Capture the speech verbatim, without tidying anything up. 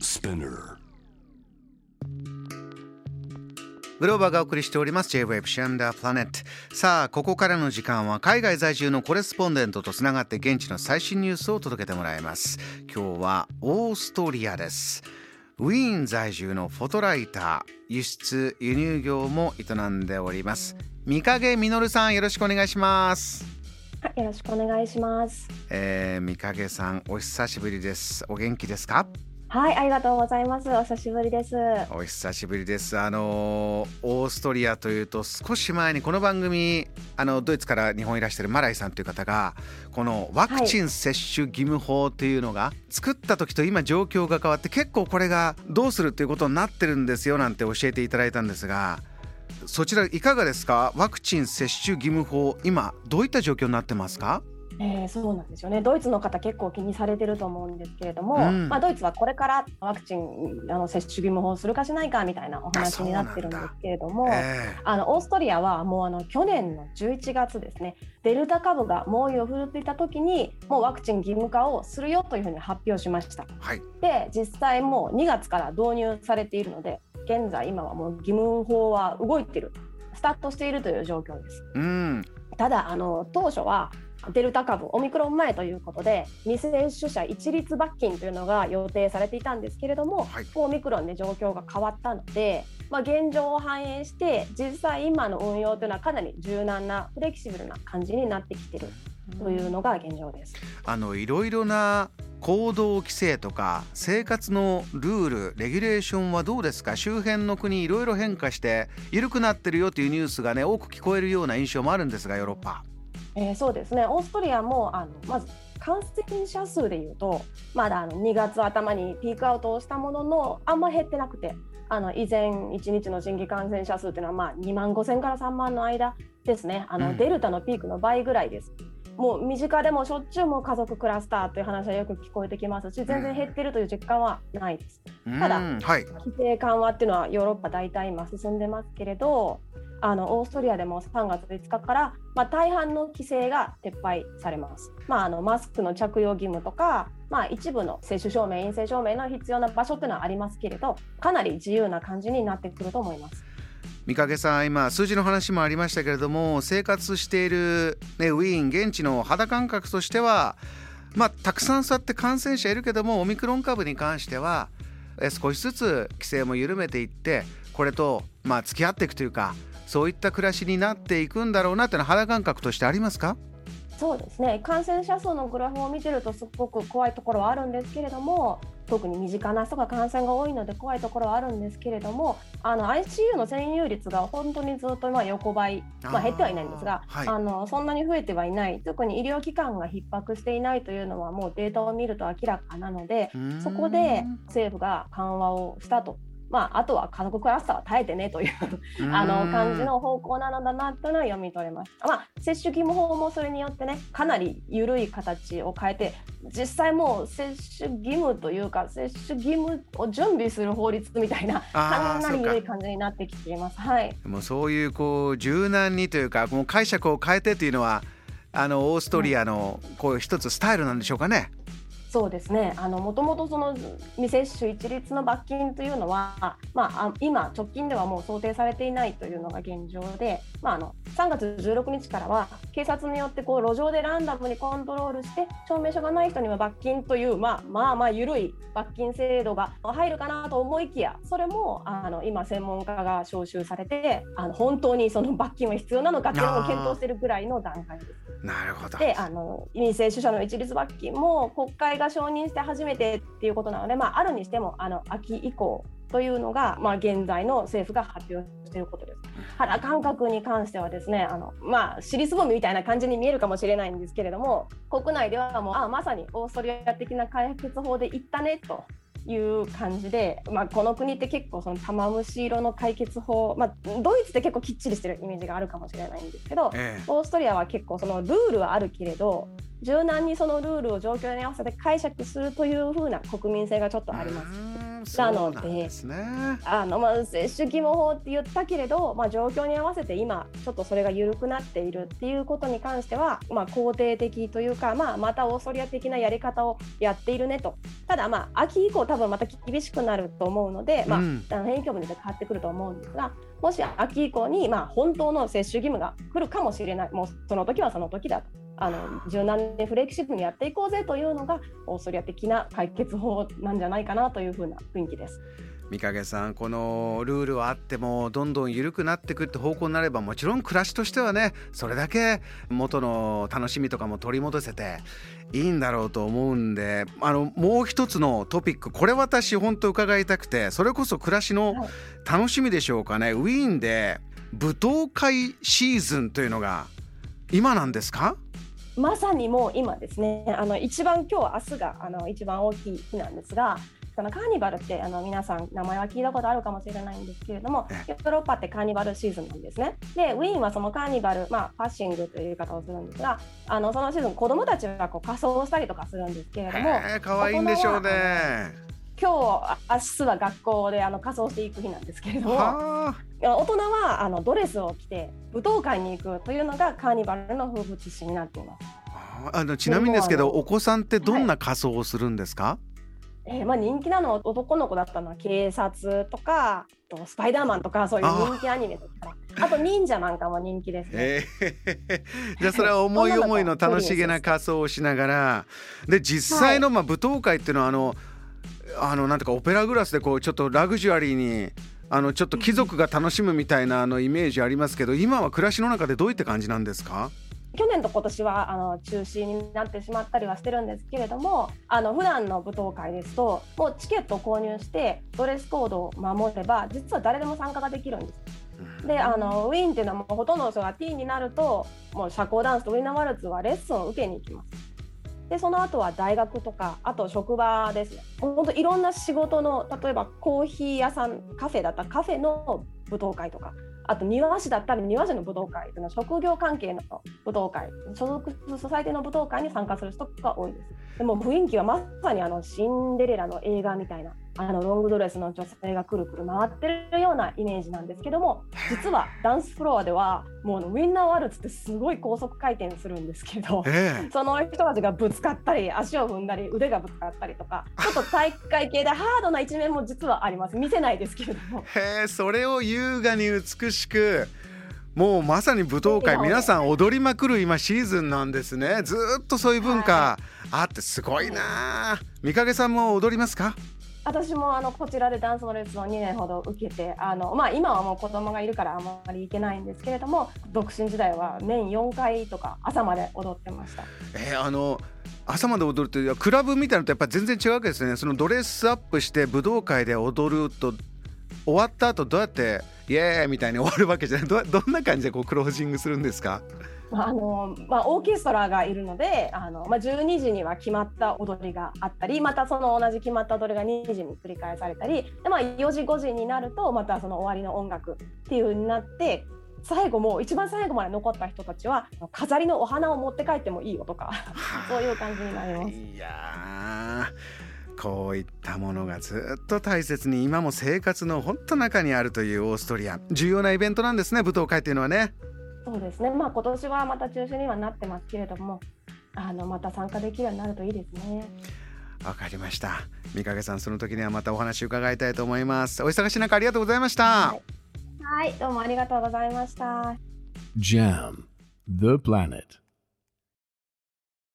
Spinner グローバーがお送りしております J-ウェーブ シェンダープラネット。さあここからの時間は海外在住のコレスポンデントとつながって現地の最新ニュースを届けてもらいます。今日はオーストリアです。ウィーン在住のフォトライター、輸出輸入業も営んでおります三影実さん、よろしくお願いします。 よろしくお願いします。 えー、三影さん、お久しぶりです。お元気ですか？ はい、ありがとうございます。お久しぶりです。 お久しぶりです。あのオーストリアというと、少し前にこの番組、あのドイツから日本にいらしているマライさんという方が、このワクチン接種義務法というのが、はい、作った時と今状況が変わって、結構これがどうするということになってるんですよなんて教えていただいたんですが、そちらいかがですか？ワクチン接種義務法、今どういった状況になってますか？ えー、そうなんですよね。ドイツの方結構気にされてると思うんですけれども、 うんまあ、ドイツはこれからワクチンあの接種義務法をするかしないかみたいなお話になってるんですけれども、 えー、 あのオーストリアはもうあの去年のじゅういちがつですね、デルタ株が猛威を振るっていた時にもうワクチン義務化をするよというふうに発表しました、 はい、 で実際もうにがつから導入されているので、現在今はもう義務法は動いている、スタートしているという状況です。 うん、ただあの当初はデルタ株オミクロン前ということで未接種者一律罰金というのが予定されていたんですけれども、はい、オミクロンで状況が変わったので、まあ、現状を反映して実際今の運用というのはかなり柔軟なフレキシブルな感じになってきているというのが現状です。 あのいろいろな行動規制とか生活のルールレギュレーションはどうですか？周辺の国いろいろ変化して緩くなってるよというニュースがね、多く聞こえるような印象もあるんですが、ヨーロッパ。 えー、そうですね。オーストリアもあのまず感染者数でいうとまだあのにがつ頭にピークアウトをしたもののあんま減ってなくて、あの依然いちにちの新規感染者数というのはまあにまんごせんからさんまんの間ですね。あの、うん、デルタのピークの倍ぐらいです。もう身近でもしょっちゅうも家族クラスターという話はよく聞こえてきますし、全然減ってるという実感はないです。ただ、はい、規制緩和っていうのはヨーロッパ大体今進んでますけれど、あのオーストリアでもさんがついつかから、まあ、大半の規制が撤廃されます。まあ、あのマスクの着用義務とか、まあ、一部の接種証明陰性証明の必要な場所っていうのはありますけれど、かなり自由な感じになってくると思います。 三影さん、今数字の話もありましたけれども、生活している、ね、ウィーン現地の肌感覚としては、まあ、たくさんそうやって感染者いるけども、オミクロン株に関してはえ少しずつ規制も緩めていって、これと、まあ、付き合っていくというか、そういった暮らしになっていくんだろうなというのは肌感覚としてありますか？ そうですね。感染者数のグラフを見てるとすごく怖いところはあるんですけれども、特に身近な人が感染が多いので怖いところはあるんですけれども、あの アイシーユー の占有率が本当にずっとまあ横ばい、まあ、減ってはいないんですが、あ、はい、あのそんなに増えてはいない。特に医療機関が逼迫していないというのはもうデータを見ると明らかなので、そこで政府が緩和をしたと、まあ、あとは家族クラスターは耐えてねというあの感じの方向なのだなというのは読み取れました。まあ、接種義務法もそれによってね、かなり緩い形を変えて、実際もう接種義務というか接種義務を準備する法律みたいなかなり緩い感じになってきています。はい、 もうそういうこう柔軟にというか、もう解釈を変えてというのはあのオーストリアのこう一つスタイルなんでしょうかね。 そうですね。あのもともとその未接種一律の罰金というのは、まあ、今直近ではもう想定されていないというのが現状で、まあ、あのさんがつじゅうろくにちからは警察によってこう路上でランダムにコントロールして証明書がない人には罰金という、まあ、まあまあ緩い罰金制度が入るかなと思いきや、それもあの今専門家が招集されて、あの本当にその罰金は必要なのかというのを検討しているぐらいの段階です。 なるほど。 で、あの未接種者の一律罰金も国会が承認して初めてっていうことなので、まあ、あるにしてもあの秋以降というのが、まあ、現在の政府が発表していることです。肌感覚に関してはですね、あの、まあ、尻すぼみみたいな感じに見えるかもしれないんですけれども、国内ではもうあまさにオーストリア的な解決法でいったねという感じで、まあ、この国って結構その玉虫色の解決法、まあ、ドイツって結構きっちりしてるイメージがあるかもしれないんですけど、ええ、オーストリアは結構そのルールはあるけれど柔軟にそのルールを状況に合わせて解釈するという風な国民性がちょっとあります。 なので、 ですね、 あのまあ、接種義務法って言ったけれど、まあ、状況に合わせて今ちょっとそれが緩くなっているっていうことに関しては、まあ、肯定的というか、まあ、またオーストリア的なやり方をやっているねと。ただ、まあ、秋以降多分また厳しくなると思うので、まあ、うん、あの変異株によって変わってくると思うんですが、もし秋以降に、まあ、本当の接種義務が来るかもしれない、もうその時はその時だと、あの柔軟でフレキシブルにやっていこうぜというのがオーストリア的な解決法なんじゃないかなというふうな雰囲気です。 三影さん、このルールはあってもどんどん緩くなっていくって方向になれば、もちろん暮らしとしてはね、それだけ元の楽しみとかも取り戻せていいんだろうと思うんで、あのもう一つのトピック、これ私本当伺いたくて、それこそ暮らしの楽しみでしょうかね、はい、ウィーンで舞踏会シーズンというのが今なんですか？ まさにもう今ですね。あの一番今日明日があの一番大きい日なんですが、そのカーニバルってあの皆さん名前は聞いたことあるかもしれないんですけれども、ヨーロッパってカーニバルシーズンなんですね。でウィーンはそのカーニバル、まあ、ファッシングという言い方をするんですが、あのそのシーズン子どもたちはこう仮装したりとかするんですけれども、 へー、かわいいんでしょうね。 今日明日は学校であの仮装していく日なんですけれども、大人はあのドレスを着て舞踏会に行くというのがカーニバルの風物詩になっています。 あのちなみにですけど、お子さんってどんな仮装をするんですか？はい、 えーまあ、人気なのは男の子だったのは警察とかスパイダーマンとかそういう人気アニメとか、 あ, あと忍者なんかも人気ですね。えー、じゃあそれは思い思いの楽しげな仮装をしながらで、実際のまあ舞踏会っていうのはあのあのなんていうかオペラグラスでこうちょっとラグジュアリーにあのちょっと貴族が楽しむみたいなあのイメージありますけど、今は暮らしの中でどういった感じなんですか？ 去年と今年はあの中止になってしまったりはしてるんですけれども、あの普段の舞踏会ですともうチケットを購入してドレスコードを守れば実は誰でも参加ができるんです。であのウィーンっていうのはもうほとんどの人がティーンになるともう社交ダンスとウィーナーワルツはレッスンを受けに行きます。でその後は大学とかあと職場ですね。本当いろんな仕事の、例えばコーヒー屋さん、カフェだったらカフェの舞踏会とか、あと庭師だったら庭師の舞踏会というのは職業関係の舞踏会、所属するソサイティの舞踏会に参加する人が多いです。でも雰囲気はまさにあのシンデレラの映画みたいな、あのロングドレスの女性がくるくる回ってるようなイメージなんですけども、実はダンスフロアではもうウィンナーワルツってすごい高速回転するんですけど、えー、その人たちがぶつかったり足を踏んだり腕がぶつかったりとか、ちょっと体育会系でハードな一面も実はあります。見せないですけれども。 へー、それを優雅に美しく、もうまさに舞踏会皆さん踊りまくる今シーズンなんですね。ずっとそういう文化あってすごいな。三影さんも踊りますか？ 私もあのこちらでダンスのレッスンをにねんほど受けて、あの、まあ、今はもう子供がいるからあまり行けないんですけれども、独身時代は年よんかいとか朝まで踊ってました。 えー、あの朝まで踊るというクラブみたいなのとやっぱり全然違うわけですね。そのドレスアップして武道会で踊ると終わった後どうやってイエーイみたいに終わるわけじゃない。 ど, どんな感じでこうクロージングするんですか？ あのまあ、オーケストラがいるので、あの、まあ、じゅうにじには決まった踊りがあったり、またその同じ決まった踊りがにじに繰り返されたりで、まあ、よじごじになるとまたその終わりの音楽っていう風になって、最後もう一番最後まで残った人たちは飾りのお花を持って帰ってもいいよとかそういう感じになります。 いやこういったものがずっと大切に今も生活の本当中にあるというオーストリア、重要なイベントなんですね、舞踏会っていうのはね。 そうですね、まあ、今年はまた中止にはなってますけれども、あのまた参加できるようになるといいですね。 わかりました。三影さん、その時にはまたお話伺いたいと思います。お忙しい中ありがとうございました。 はい、はい、どうもありがとうございました。 ジャム The Planet